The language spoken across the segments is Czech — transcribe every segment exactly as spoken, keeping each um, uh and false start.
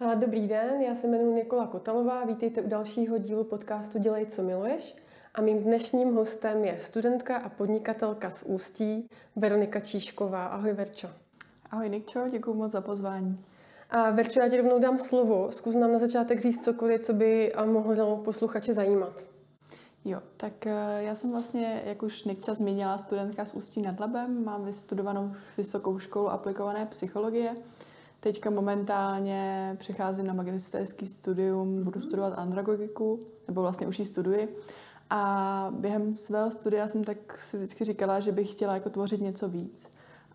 Dobrý den, já se jmenuji Nikola Kotalová, vítejte u dalšího dílu podcastu Dělej, co miluješ. A mým dnešním hostem je studentka a podnikatelka z Ústí, Veronika Číšková. Ahoj, Verčo. Ahoj, Nikčo, děkuji moc za pozvání. A Verčo, já ti rovnou dám slovo. Zkus nám na začátek říct cokoliv, co by mohlo posluchače zajímat. Jo, tak já jsem vlastně, jak už Nikča zmínila, studentka z Ústí nad Labem, mám vystudovanou vysokou školu aplikované psychologie. Teďka momentálně přecházím na magisterský studium, budu studovat andragogiku, nebo vlastně už ji studuji. A během svého studia jsem tak si vždycky říkala, že bych chtěla jako tvořit něco víc.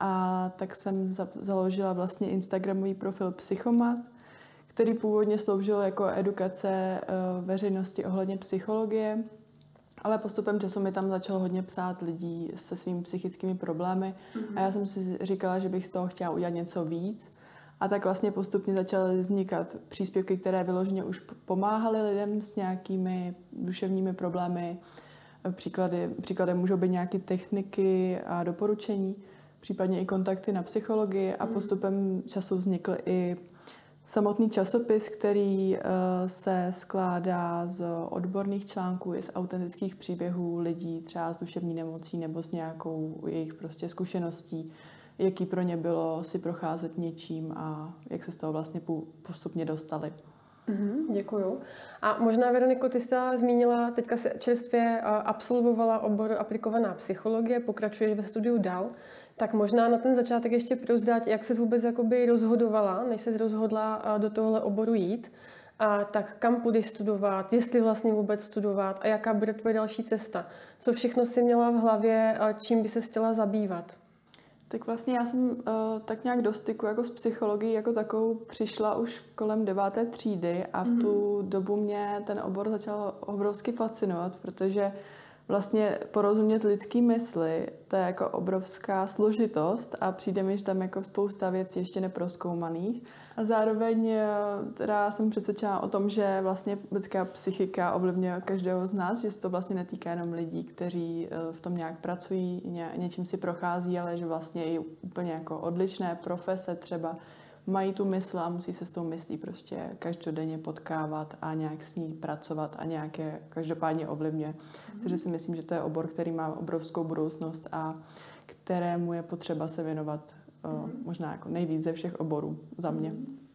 A tak jsem založila vlastně instagramový profil Psychomat, který původně sloužil jako edukace veřejnosti ohledně psychologie, ale postupem času mi tam začalo hodně psát lidí se svými psychickými problémy mm-hmm. a já jsem si říkala, že bych z toho chtěla udělat něco víc. A tak vlastně postupně začaly vznikat příspěvky, které vyloženě už pomáhaly lidem s nějakými duševními problémy. Příklady, příkladem můžou být nějaké techniky a doporučení, případně i kontakty na psychologii a postupem času vznikl i samotný časopis, který se skládá z odborných článků i z autentických příběhů lidí, třeba z duševní nemocí nebo s nějakou jejich prostě zkušeností, jaký pro ně bylo si procházet něčím a jak se z toho vlastně postupně dostali. Mm, děkuju. A možná, Veroniko, ty jsi zmínila, teďka se čerstvě absolvovala obor aplikovaná psychologie, pokračuješ ve studiu dál, tak možná na ten začátek ještě prozrať, jak ses vůbec jakoby rozhodovala, než ses rozhodla do tohohle oboru jít, a tak kam půjdeš studovat, jestli vlastně vůbec studovat a jaká bude tvoje další cesta. Co všechno jsi měla v hlavě, čím by se chtěla zabývat? Tak vlastně já jsem uh, tak nějak do styku jako s psychologií jako takovou přišla už kolem deváté třídy a v mm. tu dobu mě ten obor začal obrovsky fascinovat, protože vlastně porozumět lidský mysli, to je jako obrovská složitost a přijde mi, že tam jako spousta věcí ještě neprozkoumaných. A zároveň teda jsem přesvědčená o tom, že vlastně lidská psychika ovlivňuje každého z nás, že se to vlastně netýká jenom lidí, kteří v tom nějak pracují, ně, něčím si prochází, ale že vlastně i úplně jako odlišné profese třeba mají tu mysl a musí se s tou myslí prostě každodenně potkávat a nějak s ní pracovat a nějaké každopádně ovlivňuje. Mm. Takže si myslím, že to je obor, který má obrovskou budoucnost a kterému je potřeba se věnovat mm. uh, možná jako nejvíc ze všech oborů za mě.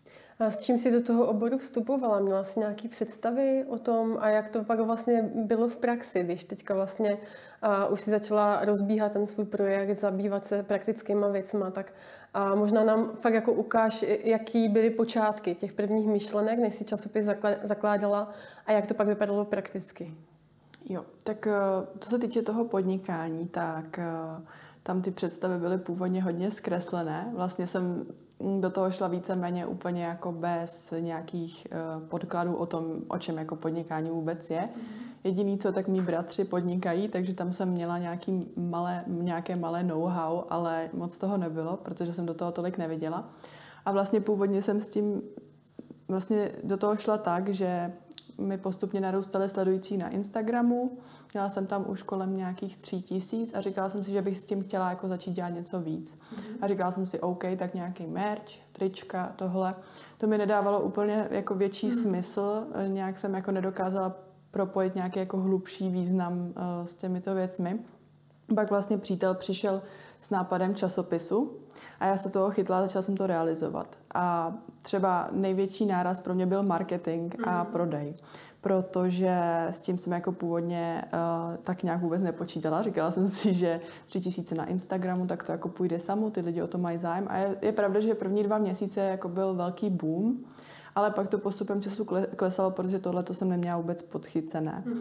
A s čím jsi do toho oboru vstupovala? Měla jsi nějaké představy o tom a jak to pak vlastně bylo v praxi, když teďka vlastně uh, už si začala rozbíhat ten svůj projekt, zabývat se praktickýma věcma, tak uh, možná nám fakt jako ukáž, jaký byly počátky těch prvních myšlenek, než si časopis zakládala a jak to pak vypadalo prakticky. Jo, tak uh, co se týče toho podnikání, tak uh, tam ty představy byly původně hodně zkreslené. Vlastně jsem do toho šla víceméně úplně jako bez nějakých uh, podkladů o tom, o čem jako podnikání vůbec je. Mm-hmm. Jediný, co tak mý bratři podnikají, takže tam jsem měla nějaký malé, nějaké malé know-how, ale moc toho nebylo, protože jsem do toho tolik neviděla. A vlastně původně jsem s tím vlastně do toho šla tak, že mi postupně narůstaly sledující na Instagramu. Měla jsem tam už kolem nějakých tří tisíc a říkala jsem si, že bych s tím chtěla jako začít dělat něco víc. Mm-hmm. A říkala jsem si, OK, tak nějaký merch, trička, tohle. To mi nedávalo úplně jako větší mm-hmm. smysl. Nějak jsem jako nedokázala propojit nějaký jako hlubší význam uh, s těmito věcmi. Pak vlastně přítel přišel s nápadem časopisu a já se toho chytla a začala jsem to realizovat. A třeba největší náraz pro mě byl marketing a mm. prodej, protože s tím jsem jako původně uh, tak nějak vůbec nepočítala. Říkala jsem si, že tři tisíce na Instagramu, tak to jako půjde samo, ty lidi o to mají zájem. A je, je pravda, že první dva měsíce jako byl velký boom, ale pak to postupem času klesalo, protože tohle to jsem neměla vůbec podchycené. Mm.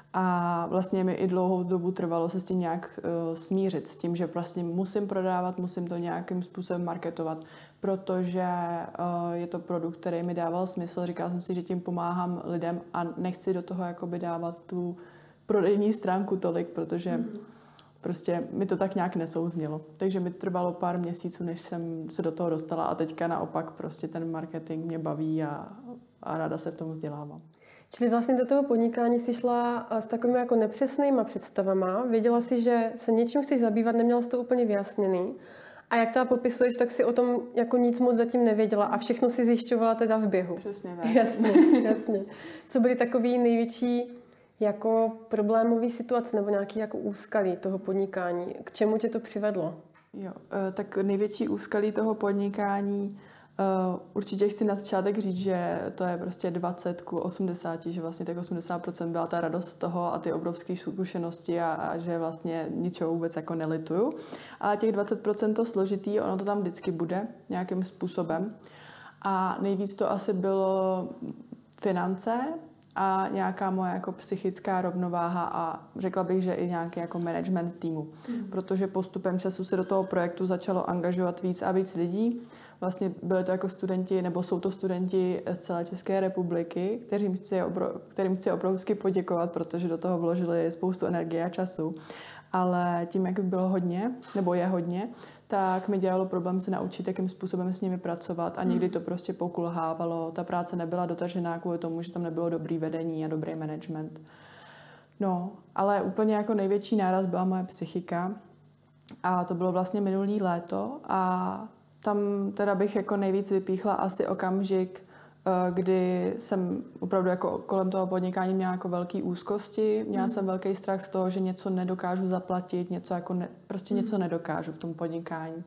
A vlastně mi i dlouhou dobu trvalo se s tím nějak uh, smířit, s tím, že vlastně musím prodávat, musím to nějakým způsobem marketovat, protože uh, je to produkt, který mi dával smysl. Říkala jsem si, že tím pomáhám lidem a nechci do toho jakoby dávat tu prodejní stránku tolik, protože mm. prostě mi to tak nějak nesouznělo. Takže mi trvalo pár měsíců, než jsem se do toho dostala a teďka naopak prostě ten marketing mě baví a, a ráda se v tom vzdělávám. Čili vlastně do toho podnikání jsi šla s takovými jako nepřesnýma představama. Věděla jsi, že se něčím chceš zabývat, neměla jsi to úplně vyjasněný. A jak teda popisuješ, tak si o tom jako nic moc zatím nevěděla a všechno si zjišťovala teda v běhu. Přesně tak. Jasně, jasně. Co byly takový největší jako problémový situace nebo nějaký jako úskalí toho podnikání? K čemu tě to přivedlo? Jo, tak největší úskalí toho podnikání, určitě chci na začátek říct, že to je prostě dvacet ku osmdesáti, že vlastně tak osmdesát procent byla ta radost z toho a ty obrovské zkušenosti a, a že vlastně ničeho vůbec jako nelituju. A těch dvacet procent to složitý, ono to tam vždycky bude nějakým způsobem. A nejvíc to asi bylo finance a nějaká moje jako psychická rovnováha a řekla bych, že i nějaký jako management týmu. Mm. Protože postupem času se do toho projektu začalo angažovat víc a víc lidí. Vlastně byli to jako studenti, nebo jsou to studenti z celé České republiky, kterým chci, obro, kterým chci obrovsky poděkovat, protože do toho vložili spoustu energie a času. Ale tím, jak bylo hodně, nebo je hodně, tak mi dělalo problém se naučit, jakým způsobem s nimi pracovat a někdy to prostě pokulhávalo. Ta práce nebyla dotažená kvůli tomu, že tam nebylo dobrý vedení a dobrý management. No, ale úplně jako největší náraz byla moje psychika a to bylo vlastně minulý léto a tam teda bych jako nejvíc vypíchla asi okamžik, kdy jsem opravdu jako kolem toho podnikání měla jako velký úzkosti, měla mm. jsem velký strach z toho, že něco nedokážu zaplatit, něco jako ne, prostě mm. něco nedokážu v tom podnikání.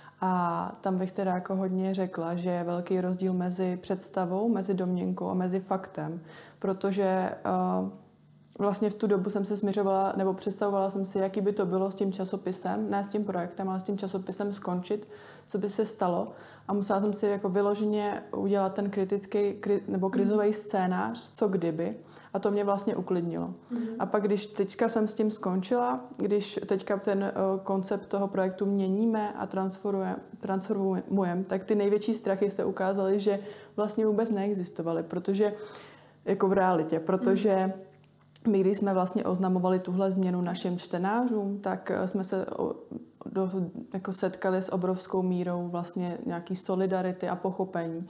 A tam bych teda jako hodně řekla, že je velký rozdíl mezi představou, mezi domněnkou a mezi faktem, protože uh, vlastně v tu dobu jsem se směřovala, nebo představovala jsem si, jaký by to bylo s tím časopisem, ne s tím projektem, ale s tím časopisem skončit, co by se stalo. A musela jsem si jako vyloženě udělat ten kritický kri, nebo krizový scénář, co kdyby. A to mě vlastně uklidnilo. Mm. A pak, když teďka jsem s tím skončila, když teďka ten uh, koncept toho projektu měníme a transformujeme, transformujeme, tak ty největší strachy se ukázaly, že vlastně vůbec neexistovaly, protože jako v realitě, protože mm. my, když jsme vlastně oznamovali tuhle změnu našim čtenářům, tak jsme se do, jako setkali s obrovskou mírou vlastně nějaký solidarity a pochopení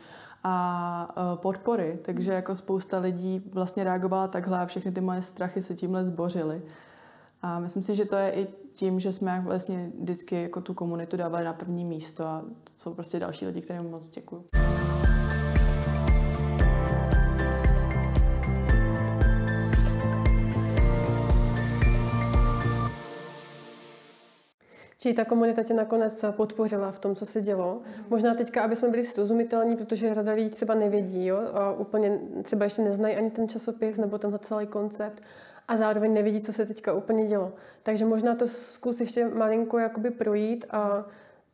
a podpory. Takže jako spousta lidí vlastně reagovala takhle a všechny ty moje strachy se tímhle zbořily. A myslím si, že to je i tím, že jsme vlastně vždycky jako tu komunitu dávali na první místo a jsou prostě další lidi, kterým moc děkuju. Či ta komunita tě nakonec podpořila v tom, co se dělo. Možná teďka, aby jsme byli srozumitelní, protože řada lidí třeba nevědí, jo? A úplně třeba ještě neznají ani ten časopis nebo tenhle celý koncept a zároveň nevědí, co se teďka úplně dělo. Takže možná to zkus ještě malinko jakoby projít a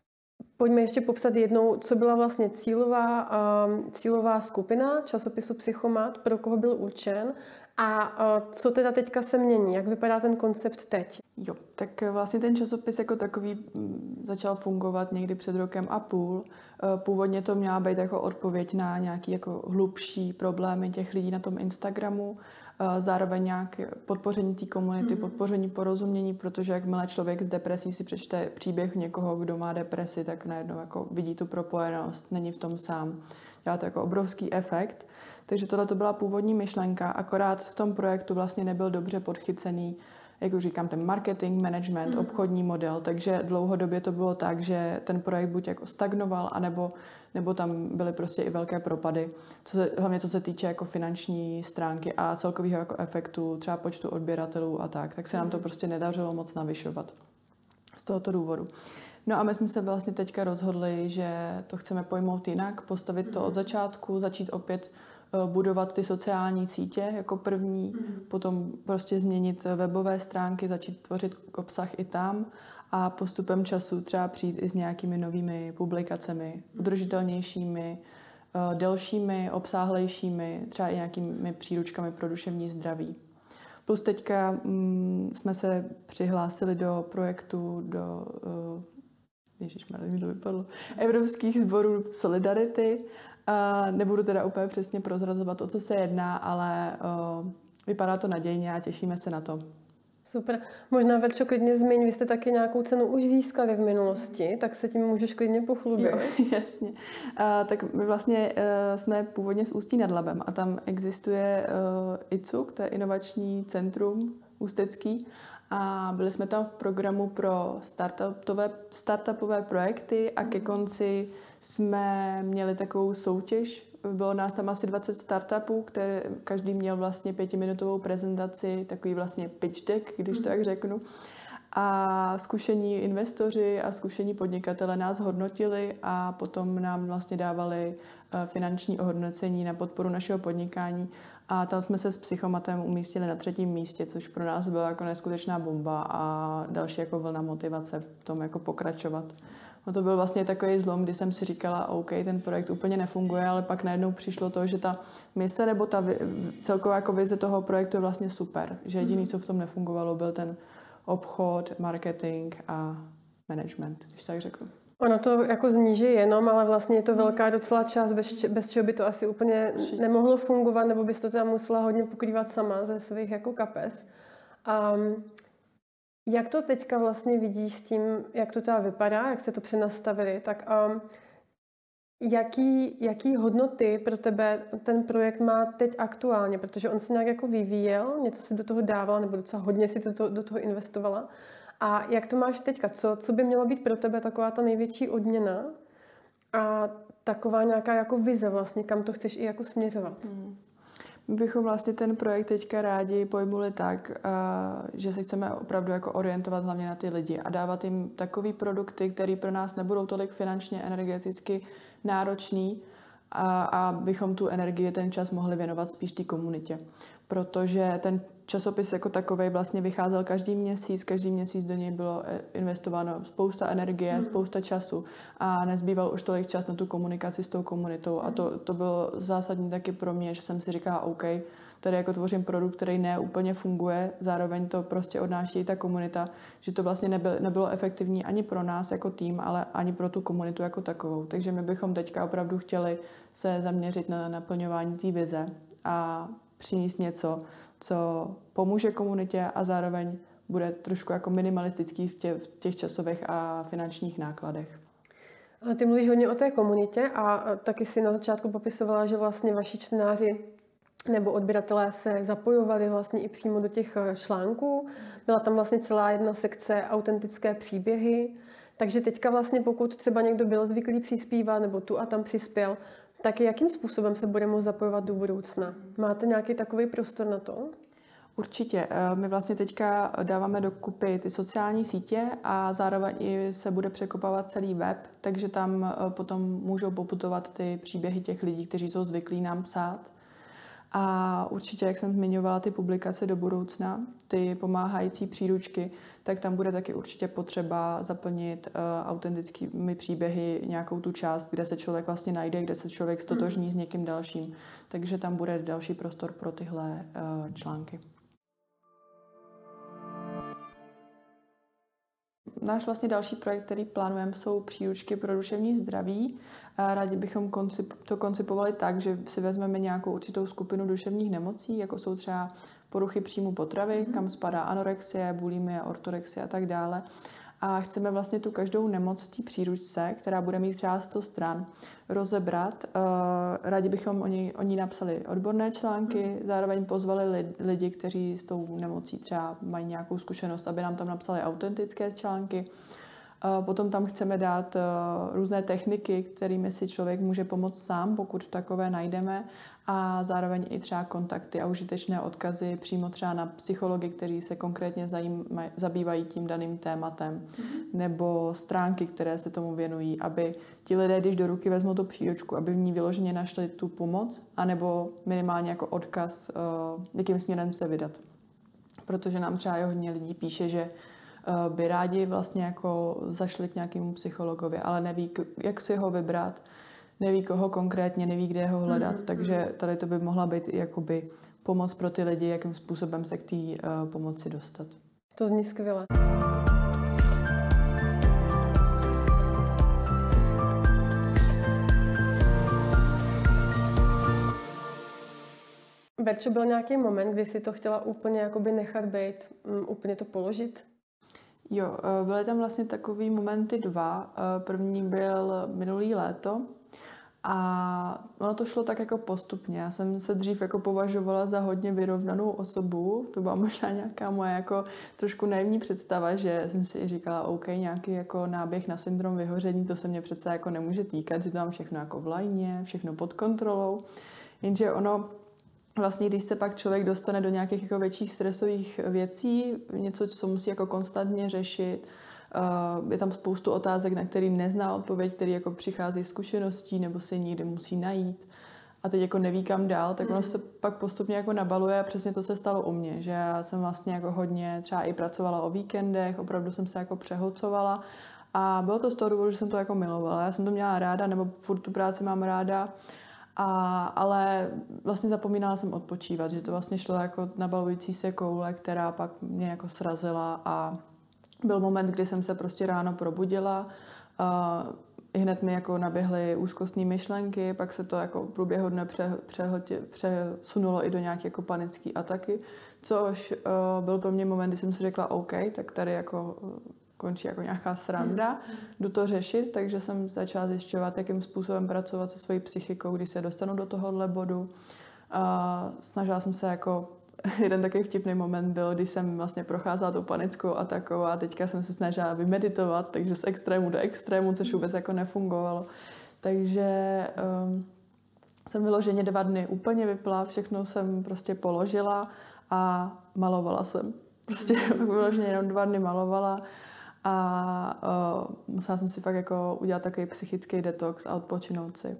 pojďme ještě popsat jednou, co byla vlastně cílová, um, cílová skupina časopisu Psychomat, pro koho byl určen a uh, co teda teďka se mění, jak vypadá ten koncept teď? Jo, tak vlastně ten časopis jako takový začal fungovat někdy před rokem a půl. Původně to měla být jako odpověď na nějaký jako hlubší problémy těch lidí na tom Instagramu, zároveň nějaké podpoření té komunity, mm-hmm. podpoření porozumění, protože jakmile člověk s depresí si přečte příběh někoho, kdo má depresi, tak najednou jako vidí tu propojenost, není v tom sám. Dělá to jako obrovský efekt. Takže tohle to byla původní myšlenka, akorát v tom projektu vlastně nebyl dobře podchycený, jak už říkám, ten marketing, management, mm. obchodní model, takže dlouhodobě to bylo tak, že ten projekt buď jako stagnoval, anebo, nebo tam byly prostě i velké propady, co se, hlavně co se týče jako finanční stránky a celkového jako efektu, třeba počtu odběratelů a tak, tak se nám to prostě nedařilo moc navyšovat z tohoto důvodu. No a my jsme se vlastně teďka rozhodli, že to chceme pojmout jinak, postavit to od začátku, začít opět budovat ty sociální sítě jako první, mm. potom prostě změnit webové stránky, začít tvořit obsah i tam a postupem času třeba přijít i s nějakými novými publikacemi, udržitelnějšími, delšími, obsáhlejšími, třeba i nějakými příručkami pro duševní zdraví. Plus teďka mm, jsme se přihlásili do projektu, do uh, ježišmarja, mi to vypadlo, Evropských sborů Solidarity. Uh, nebudu teda úplně přesně prozrazovat, o co se jedná, ale uh, vypadá to nadějně a těšíme se na to. Super. Možná, Verčo, klidně zmiň, vy jste taky nějakou cenu už získali v minulosti, tak se tím můžeš klidně pochlubit. Jo, jasně. Uh, tak my vlastně uh, jsme původně z Ústí nad Labem a tam existuje uh, I C U K, to je inovační centrum ústecký, A byli jsme tam v programu pro startupové, startupové projekty a ke konci jsme měli takovou soutěž. Bylo nás tam asi dvacet startupů, které každý měl vlastně pětiminutovou prezentaci, takový vlastně pitch deck, když to tak řeknu. A zkušení investoři a zkušení podnikatele nás hodnotili a potom nám vlastně dávali finanční ohodnocení na podporu našeho podnikání. A tam jsme se s Psychomatem umístili na třetím místě, což pro nás byla jako neskutečná bomba a další jako vlna motivace v tom jako pokračovat. No to byl vlastně takový zlom, kdy jsem si říkala, OK, ten projekt úplně nefunguje, ale pak najednou přišlo to, že ta mise nebo ta celková jako vize toho projektu je vlastně super. Že jediný, co v tom nefungovalo, byl ten obchod, marketing a management, když tak řeknu. Ono to jako zní, že jenom, ale vlastně je to velká docela část, bez, bez čeho by to asi úplně nemohlo fungovat, nebo bys to tam musela hodně pokrývat sama ze svých jako kapes. Um, jak to teďka vlastně vidíš s tím, jak to teda vypadá, jak jste to přenastavili, tak um, jaký, jaký hodnoty pro tebe ten projekt má teď aktuálně, protože on se nějak jako vyvíjel, něco si do toho dávala, nebo docela hodně si to, to, do toho investovala. A jak to máš teďka? Co, co by mělo být pro tebe taková ta největší odměna a taková nějaká jako vize vlastně, kam to chceš i jako směřovat? Hmm. My bychom vlastně ten projekt teďka rádi pojmuli tak, že se chceme opravdu jako orientovat hlavně na ty lidi a dávat jim takový produkty, které pro nás nebudou tolik finančně, energeticky náročný, a abychom tu energii, ten čas mohli věnovat spíš té komunitě. Protože ten časopis jako takovej vlastně vycházel každý měsíc, každý měsíc do něj bylo investováno spousta energie, mm. spousta času a nezbýval už tolik čas na tu komunikaci s tou komunitou. Mm. A to, to bylo zásadní taky pro mě, že jsem si říkala, OK, tady jako tvořím produkt, který ne úplně funguje, zároveň to prostě odnáší i ta komunita, že to vlastně nebylo, nebylo efektivní ani pro nás jako tým, ale ani pro tu komunitu jako takovou. Takže my bychom teďka opravdu chtěli se zaměřit na naplňování té vize a přinést něco, co pomůže komunitě a zároveň bude trošku jako minimalistický v těch, v těch časových a finančních nákladech. Ty mluvíš hodně o té komunitě a taky si na začátku popisovala, že vlastně vaši čtenáři nebo odběratelé se zapojovali vlastně i přímo do těch článků. Byla tam vlastně celá jedna sekce autentické příběhy. Takže teďka vlastně pokud třeba někdo byl zvyklý přispívat nebo tu a tam přispěl, tak jakým způsobem se bude moct zapojovat do budoucna? Máte nějaký takový prostor na to? Určitě. My vlastně teďka dáváme dokupy ty sociální sítě a zároveň i se bude překopávat celý web, takže tam potom můžou poputovat ty příběhy těch lidí, kteří jsou zvyklí nám psát. A určitě, jak jsem zmiňovala, ty publikace do budoucna, ty pomáhající příručky, tak tam bude taky určitě potřeba zaplnit uh, autentickými příběhy nějakou tu část, kde se člověk vlastně najde, kde se člověk stotožní mm. s někým dalším. Takže tam bude další prostor pro tyhle uh, články. Náš vlastně další projekt, který plánujeme, jsou příručky pro duševní zdraví. Rádi bychom to koncipovali tak, že si vezmeme nějakou určitou skupinu duševních nemocí, jako jsou třeba poruchy příjmu potravy, kam spadá anorexie, bulimie, ortorexie a tak dále. A chceme vlastně tu každou nemoc v té příručce, která bude mít třeba sto stran, rozebrat. Rádi bychom o ní, o ní napsali odborné články, zároveň pozvali lidi, kteří s tou nemocí třeba mají nějakou zkušenost, aby nám tam napsali autentické články. Potom tam chceme dát různé techniky, kterými si člověk může pomoct sám, pokud takové najdeme, a zároveň i třeba kontakty a užitečné odkazy přímo třeba na psychology, kteří se konkrétně zajímaj, zabývají tím daným tématem, mm-hmm. nebo stránky, které se tomu věnují, aby ti lidé, když do ruky vezmou tu příručku, aby v ní vyloženě našli tu pomoc, anebo minimálně jako odkaz, jakým směrem se vydat. Protože nám třeba i hodně lidí píše, že by rádi vlastně jako zašli k nějakému psychologovi, ale neví, jak si ho vybrat, neví, koho konkrétně, neví, kde ho hledat. Mm-hmm. Takže tady to by mohla být i jakoby pomoc pro ty lidi, jakým způsobem se k té uh, pomoci dostat. To zní skvěle. Verčo, byl nějaký moment, kdy jsi to chtěla úplně jakoby nechat být, um, úplně to položit? Jo, byly tam vlastně takový momenty dva. První byl minulý léto, A ono to šlo tak jako postupně. Já jsem se dřív jako považovala za hodně vyrovnanou osobu. To byla možná nějaká moje jako trošku naivní představa, že jsem si říkala, OK, nějaký jako náběh na syndrom vyhoření, to se mě přece jako nemůže týkat, že to mám všechno jako v lajně, všechno pod kontrolou. Jenže ono vlastně, když se pak člověk dostane do nějakých jako větších stresových věcí, něco, co musí jako konstantně řešit, je tam spoustu otázek, na který nezná odpověď, který jako přichází z zkušeností nebo si někde musí najít a teď jako neví kam dál, tak ono se pak postupně jako nabaluje a přesně to se stalo u mě, že já jsem vlastně jako hodně třeba i pracovala o víkendech, opravdu jsem se jako přehlcovala a bylo to z toho důvodu, že jsem to jako milovala. Já jsem to měla ráda, nebo furt tu práci mám ráda, a, ale vlastně zapomínala jsem odpočívat, že to vlastně šlo jako nabalující se koule, která pak mě jako srazila a byl moment, kdy jsem se prostě ráno probudila, a hned mi jako naběhly úzkostné myšlenky, pak se to jako v průběhu dne pře, přehltě, přesunulo i do nějaké jako panické ataky, což uh, byl pro mě moment, kdy jsem si řekla OK, tak tady jako končí jako nějaká sranda, jdu to řešit, takže jsem začala zjišťovat, jakým způsobem pracovat se svojí psychikou, když se dostanu do tohohle bodu. A snažila jsem se jako, jeden takový vtipný moment byl, když jsem vlastně procházela tou panickou atakou a teďka jsem se snažila vymeditovat, takže z extrému do extrému, což vůbec jako nefungovalo. Takže um, jsem vyloženě dva dny úplně vypla, všechno jsem prostě položila a malovala jsem. Prostě vyloženě jenom dva dny malovala. A uh, musela jsem si fakt jako udělat takový psychický detox a odpočinout si.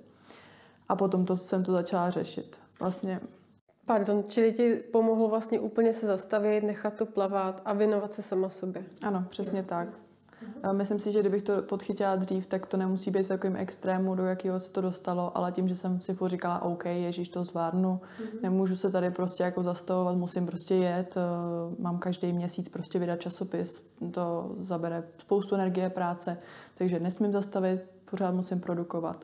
A potom to jsem to začala řešit. Vlastně. Pardon, čili ti pomohlo vlastně úplně se zastavit, nechat to plavat a věnovat se sama sobě. Ano, přesně tak. Myslím si, že kdybych to podchytila dřív, tak to nemusí být takovým extrému, do jakého se to dostalo, ale tím, že jsem si furt říkala, OK, ježíš, to zvládnu, mm-hmm. nemůžu se tady prostě jako zastavovat, musím prostě jet, mám každý měsíc prostě vydat časopis, to zabere spoustu energie, práce, takže nesmím zastavit, pořád musím produkovat.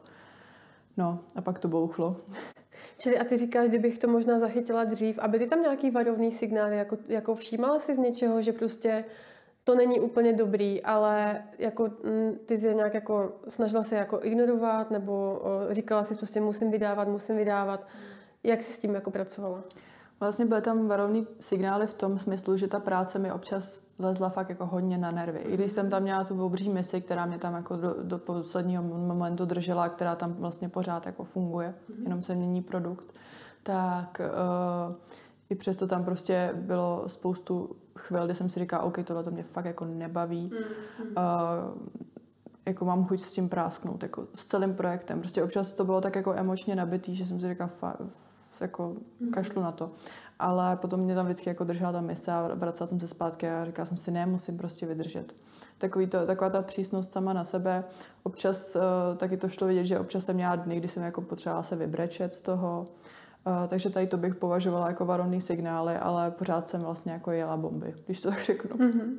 No, a pak to bouchlo. Čili a ty říkáš, kdybych to možná zachytila dřív a byly tam nějaký varovný signály, jako, jako všímala jsi z něčeho, že prostě to není úplně dobrý, ale jako ty jsi nějak jako snažila se jako ignorovat nebo o, říkala si prostě musím vydávat, musím vydávat. Jak jsi s tím jako pracovala? Vlastně byly tam varovný signály v tom smyslu, že ta práce mi občas lezla fakt jako hodně na nervy. I když jsem tam měla tu obří misi, která mě tam jako do, do posledního momentu držela, která tam vlastně pořád jako funguje, jenom se mění produkt, tak uh, i přesto tam prostě bylo spoustu chvil, kdy jsem si říkala, OK, tohle to mě fakt jako nebaví. Mm-hmm. Uh, jako mám chuť s tím prásknout, jako s celým projektem. Prostě občas to bylo tak jako emočně nabitý, že jsem si říkala, fa- jako mm-hmm. kašlu na to. Ale potom mě tam vždycky jako držela ta mise a vracela jsem se zpátky a říkala jsem si, ne, musím prostě vydržet. Takový to, taková ta přísnost sama na sebe. Občas uh, taky to šlo vidět, že občas jsem měla dny, kdy jsem jako potřebovala se vybrečet z toho. Uh, takže tady to bych považovala jako varovný signály, ale pořád jsem vlastně jako jela bomby, když to tak řeknu. Mm-hmm.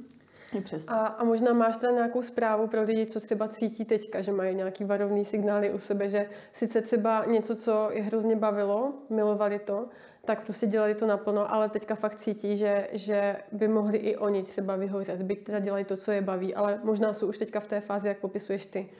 A, a možná máš teda nějakou zprávu pro lidi, co třeba cítí teďka, že mají nějaký varovný signály u sebe, že sice třeba něco, co je hrozně bavilo, milovali to, tak prostě dělali to naplno, ale teďka fakt cítí, že, že by mohli i oni třeba vyhořet, by teda dělali to, co je baví, ale možná jsou už teďka v té fázi, jak popisuješ ty,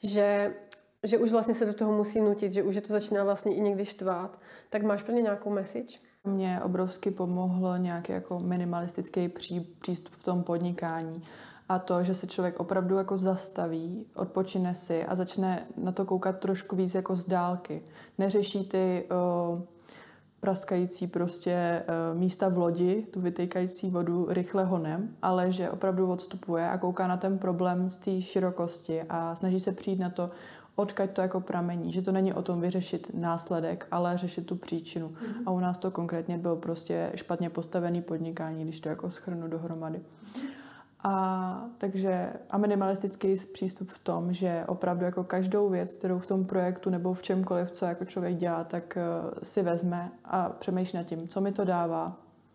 že že už vlastně se do toho musí nutit, že už je to začíná vlastně i někdy štvát. Tak máš pro ně nějakou message? Mně obrovsky pomohl nějaký jako minimalistický pří, přístup v tom podnikání. A to, že se člověk opravdu jako zastaví, odpočine si a začne na to koukat trošku víc jako z dálky. Neřeší ty o, praskající prostě o, místa v lodi, tu vytejkající vodu rychle honem, ale že opravdu odstupuje a kouká na ten problém z té širokosti a snaží se přijít na to, odkud to jako pramení, že to není o tom vyřešit následek, ale řešit tu příčinu. Mm-hmm. A u nás to konkrétně bylo prostě špatně postavený podnikání, když to jako shrnu dohromady. Mm-hmm. A takže a minimalistický přístup v tom, že opravdu jako každou věc, kterou v tom projektu nebo v čemkoliv, co jako člověk dělá, tak uh, si vezme a přemýšlí nad tím, co mi to dává.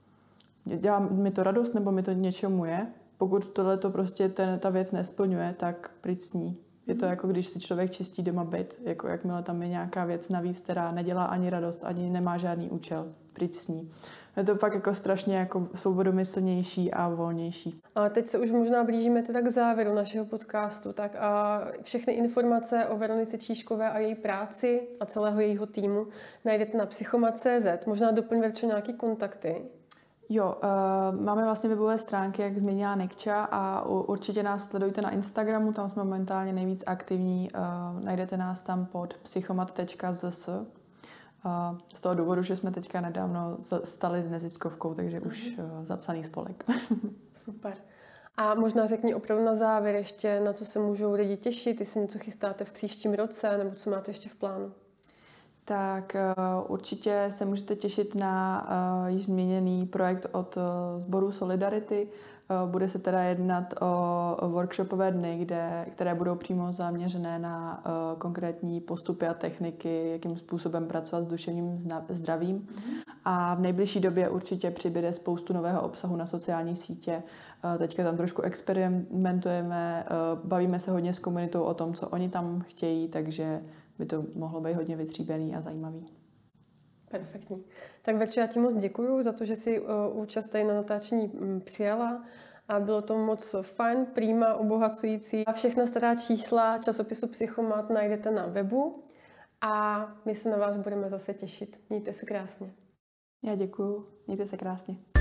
Dělá mi to radost nebo mi to něčemu je? Pokud tohle to prostě ten, ta věc nesplňuje, tak pryč s ní. Je to jako když si člověk čistí doma byt, jako jakmile tam je nějaká věc navíc, která nedělá ani radost, ani nemá žádný účel, pryč s ní. Je to pak jako strašně jako svobodomyslnější a volnější. A teď se už možná blížíme teda k závěru našeho podcastu, tak a všechny informace o Veronice Čížkové a její práci a celého jejího týmu najdete na psychomat tečka cé zet. Možná doplň, Verčo, nějaký kontakty. Jo, uh, máme vlastně webové stránky, jak zmínila Nikča, a u, určitě nás sledujte na Instagramu, tam jsme momentálně nejvíc aktivní. Uh, najdete nás tam pod psychomat tečka zet. Uh, z toho důvodu, že jsme teďka nedávno stali neziskovkou, takže mm-hmm. už uh, zapsaný spolek. Super. A možná řekni opravdu na závěr ještě, na co se můžou lidi těšit, jestli něco chystáte v příštím roce, nebo co máte ještě v plánu. Tak uh, určitě se můžete těšit na uh, již změněný projekt od uh, sboru Solidarity. Uh, bude se teda jednat o, o workshopové dny, kde, které budou přímo zaměřené na uh, konkrétní postupy a techniky, jakým způsobem pracovat s duševním zdravím. Mm-hmm. A v nejbližší době určitě přibude spoustu nového obsahu na sociální sítě. Uh, teďka tam trošku experimentujeme, uh, bavíme se hodně s komunitou o tom, co oni tam chtějí, takže by to mohlo být hodně vytříbený a zajímavý. Perfektní. Tak Verčo, já ti moc děkuju za to, že jsi uh, účast tady na natáčení um, přijala a bylo to moc fajn, prima, obohacující. A všechna stará čísla časopisu Psychomat najdete na webu a my se na vás budeme zase těšit. Mějte se krásně. Já děkuju. Mějte se krásně.